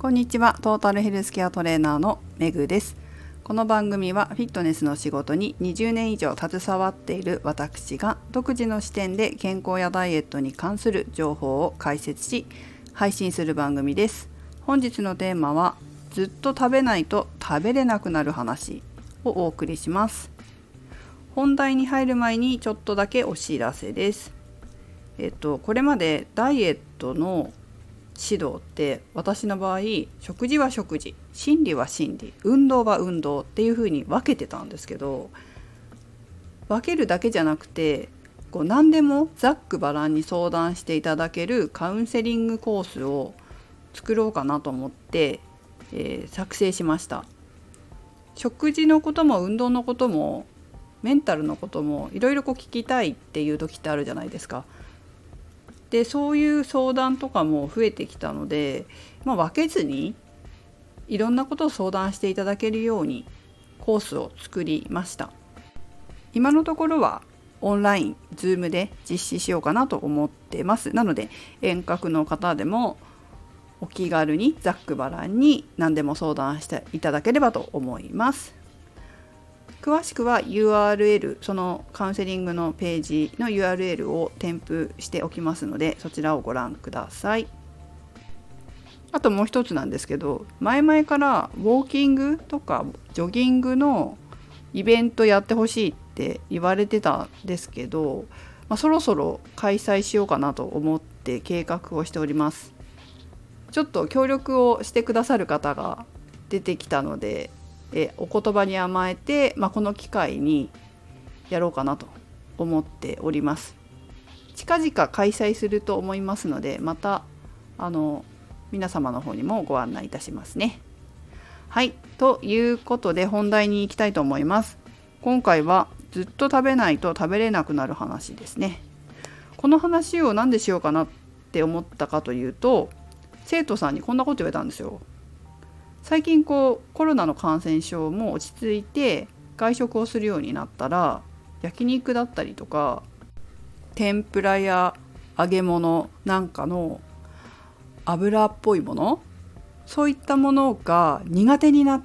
こんにちは。トータルヘルスケアトレーナーのめぐです。この番組はフィットネスの仕事に20年以上携わっている私が独自の視点で健康やダイエットに関する情報を解説し配信する番組です。本日のテーマはずっと食べないと食べれなくなる話をお送りします。本題に入る前にちょっとだけお知らせです。これまでダイエットの指導って私の場合食事は食事、心理は心理、運動は運動っていう風に分けてたんですけど、分けるだけじゃなくて何でもざっくばらんに相談していただけるカウンセリングコースを作ろうかなと思って、作成しました。食事のことも運動のこともメンタルのこともいろいろ聞きたいっていう時ってあるじゃないですか。でそういう相談とかも増えてきたので、分けずにいろんなことを相談していただけるようにコースを作りました。今のところはオンライン、Zoom で実施しようかなと思ってます。なので遠隔の方でもお気軽にざっくばらんに何でも相談していただければと思います。詳しくは URL、 そのカウンセリングのページの URL を添付しておきますので、そちらをご覧ください。あともう一つなんですけど、前々からウォーキングとかジョギングのイベントやってほしいって言われてたんですけど、そろそろ開催しようかなと思って計画をしております。ちょっと協力をしてくださる方が出てきたので、お言葉に甘えて、この機会にやろうかなと思っております。近々開催すると思いますので、また皆様の方にもご案内いたしますね。はい、ということで本題に行きたいと思います。今回はずっと食べないと食べれなくなる話ですね。この話を何でしようかなって思ったかというと、生徒さんにこんなこと言われたんですよ。最近コロナの感染症も落ち着いて外食をするようになったら、焼肉だったりとか天ぷらや揚げ物なんかの油っぽいもの、そういったものが苦手になった、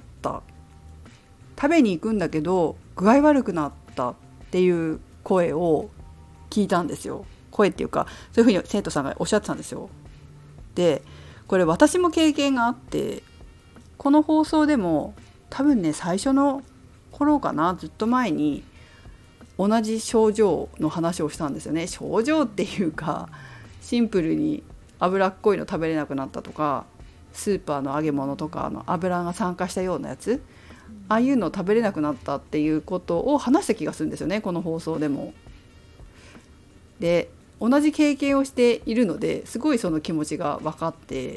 食べに行くんだけど具合悪くなったっていう声を聞いたんですよ。声っていうかそういうふうに生徒さんがおっしゃってたんですよ。でこれ私も経験があって、この放送でも多分ね最初の頃かな、ずっと前に同じ症状の話をしたんですよね。症状っていうかシンプルに脂っこいの食べれなくなったとか、スーパーの揚げ物とか油が酸化したようなやつ、ああいうの食べれなくなったっていうことを話した気がするんですよね、この放送でも。で同じ経験をしているのですごいその気持ちが分かって、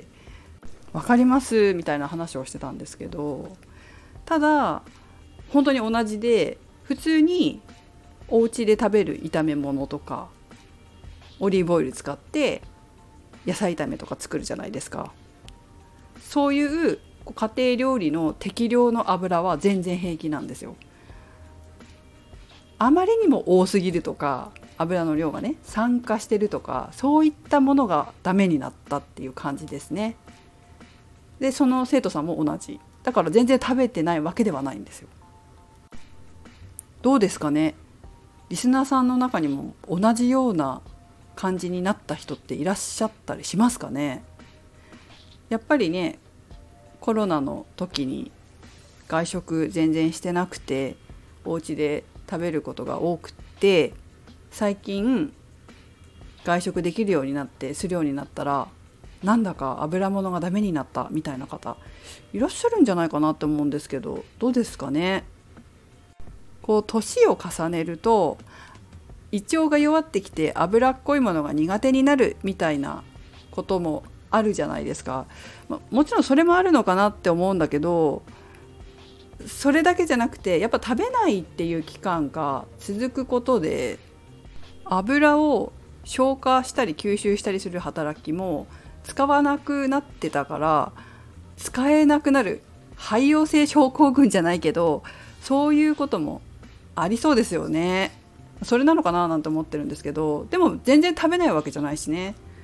分かりますみたいな話をしてたんですけど、ただ本当に同じで、普通にお家で食べる炒め物とかオリーブオイル使って野菜炒めとか作るじゃないですか。そういう家庭料理の適量の油は全然平気なんですよ。あまりにも多すぎるとか、油の量がね酸化してるとか、そういったものがダメになったっていう感じですね。でその生徒さんも同じだから、全然食べてないわけではないんですよ。どうですかね、リスナーさんの中にも同じような感じになった人っていらっしゃったりしますかね。やっぱりね、コロナの時に外食全然してなくてお家で食べることが多くて、最近外食できるようになってするようになったら、なんだか油物がダメになったみたいな方いらっしゃるんじゃないかなと思うんですけど、どうですかね。年を重ねると胃腸が弱ってきて脂っこいものが苦手になるみたいなこともあるじゃないですか。もちろんそれもあるのかなって思うんだけど、それだけじゃなくてやっぱ食べないっていう期間が続くことで、油を消化したり吸収したりする働きも使わなくなってたから、使えなくなる、潰瘍性症候群じゃないけどそういうこともありそうですよね。それなのかななんて思ってるんですけど、でも全然食べないわけじゃないしね。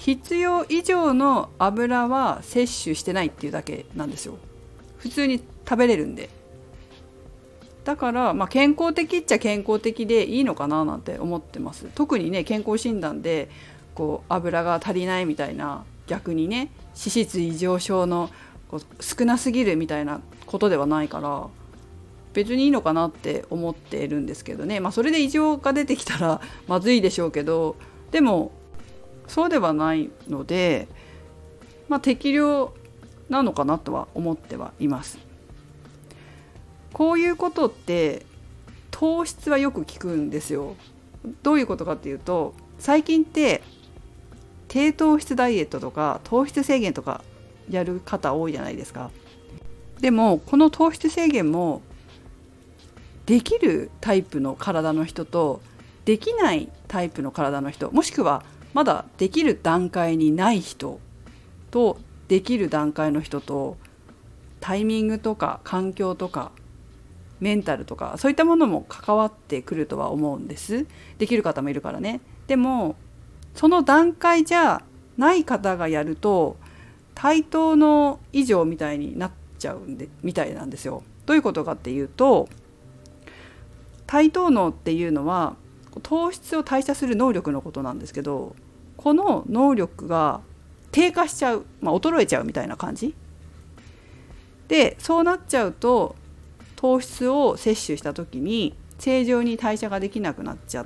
必要以上の油は摂取してないっていうだけなんですよ。普通に食べれるんで。だから健康的っちゃ健康的でいいのかななんて思ってます。特にね、健康診断で油が足りないみたいな、逆にね脂質異常症の少なすぎるみたいなことではないから、別にいいのかなって思っているんですけどね。それで異常が出てきたらまずいでしょうけど、でもそうではないので、適量なのかなとは思ってはいます。こういうことって糖質はよく聞くんですよ。どういうことかっていうと、最近って低糖質ダイエットとか糖質制限とかやる方多いじゃないですか。でもこの糖質制限もできるタイプの体の人とできないタイプの体の人、もしくはまだできる段階にない人とできる段階の人と、タイミングとか環境とかメンタルとかそういったものも関わってくるとは思うんです。できる方もいるからね。でもその段階じゃない方がやると対等の以上みたいになっちゃうんでみたいなんですよ。どういうことかっていうと、対等脳っていうのは糖質を代謝する能力のことなんですけど、この能力が低下しちゃう、衰えちゃうみたいな感じで、そうなっちゃうと糖質を摂取した時に正常に代謝ができなくなっちゃって、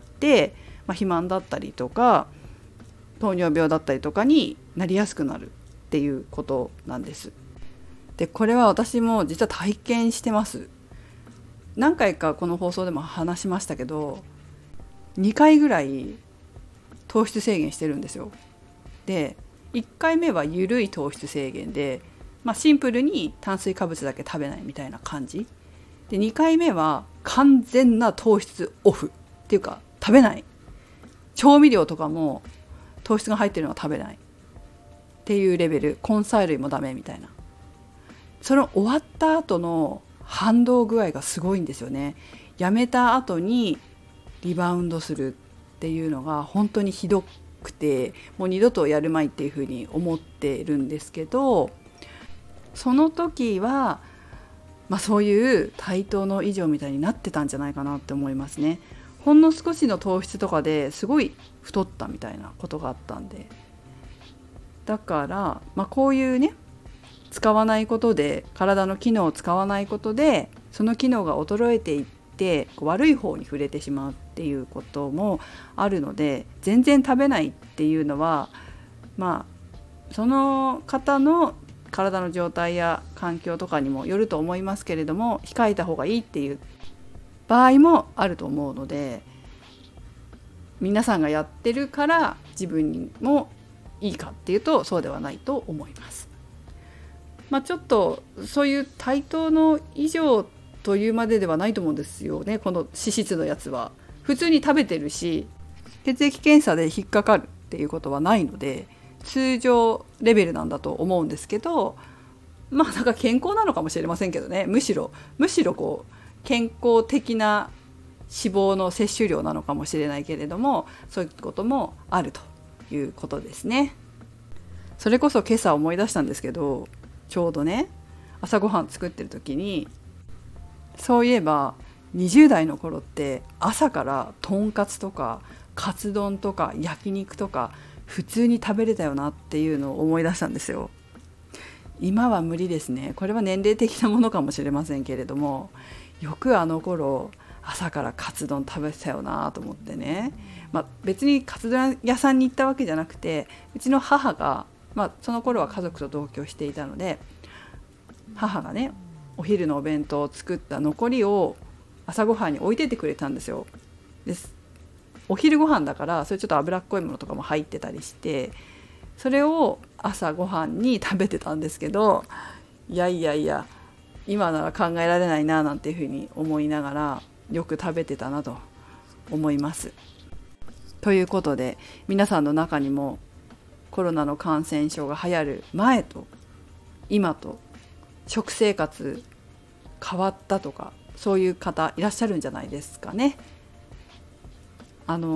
肥満だったりとか糖尿病だったりとかになりやすくなるっていうことなんです。でこれは私も実は体験してます。何回かこの放送でも話しましたけど、2回ぐらい糖質制限してるんですよ。で1回目は緩い糖質制限で、シンプルに炭水化物だけ食べないみたいな感じで、2回目は完全な糖質オフっていうか、食べない、調味料とかも糖質が入ってるのは食べないっていうレベル、根菜類もダメみたいな。その終わった後の反動具合がすごいんですよね。やめた後にリバウンドするっていうのが本当にひどくて、もう二度とやるまいっていうふうに思ってるんですけど、その時はそういう対等の以上みたいになってたんじゃないかなって思いますね。ほんの少しの糖質とかですごい太ったみたいなことがあったんで、だからこういうね、使わないことで、体の機能を使わないことでその機能が衰えていって悪い方に触れてしまうっていうこともあるので、全然食べないっていうのはその方の体の状態や環境とかにもよると思いますけれども、控えた方がいいっていう場合もあると思うので、皆さんがやってるから自分にもいいかっていうとそうではないと思います。ちょっとそういう対等の以上というまでではないと思うんですよね。この脂質のやつは普通に食べてるし、血液検査で引っかかるっていうことはないので通常レベルなんだと思うんですけど、なんか健康なのかもしれませんけどね。むしろ健康的な脂肪の摂取量なのかもしれないけれども、そういうこともあるということですね。それこそ今朝思い出したんですけど、ちょうどね朝ごはん作ってる時に、そういえば20代の頃って朝からとんかつとかカツ丼とか焼肉とか普通に食べれたよなっていうのを思い出したんですよ。今は無理ですね。これは年齢的なものかもしれませんけれども、よくあの頃朝からカツ丼食べてたよなと思ってね。別にカツ丼屋さんに行ったわけじゃなくて、うちの母が、その頃は家族と同居していたので、母がねお昼のお弁当を作った残りを朝ごはんに置いててくれたんですよ。お昼ご飯だからそれちょっと脂っこいものとかも入ってたりして、それを朝ごはんに食べてたんですけど、いや今なら考えられないななんていうふうに思いながらよく食べてたなと思います。ということで、皆さんの中にもコロナの感染症が流行る前と今と食生活変わったとか、そういう方いらっしゃるんじゃないですかね。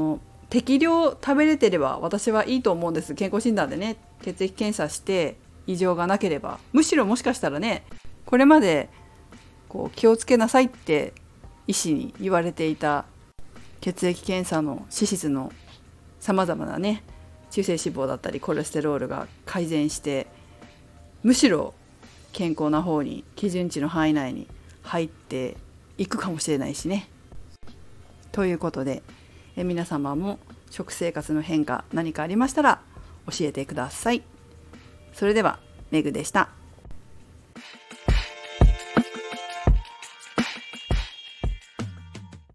適量食べれてれば私はいいと思うんです。健康診断でね、血液検査して異常がなければ、むしろもしかしたらね、これまでこう気をつけなさいって医師に言われていた血液検査の脂質のさまざまなね、中性脂肪だったりコレステロールが改善して、むしろ健康な方に、基準値の範囲内に入っていくかもしれないしね。ということで、皆様も食生活の変化何かありましたら教えてください。それではめぐでした。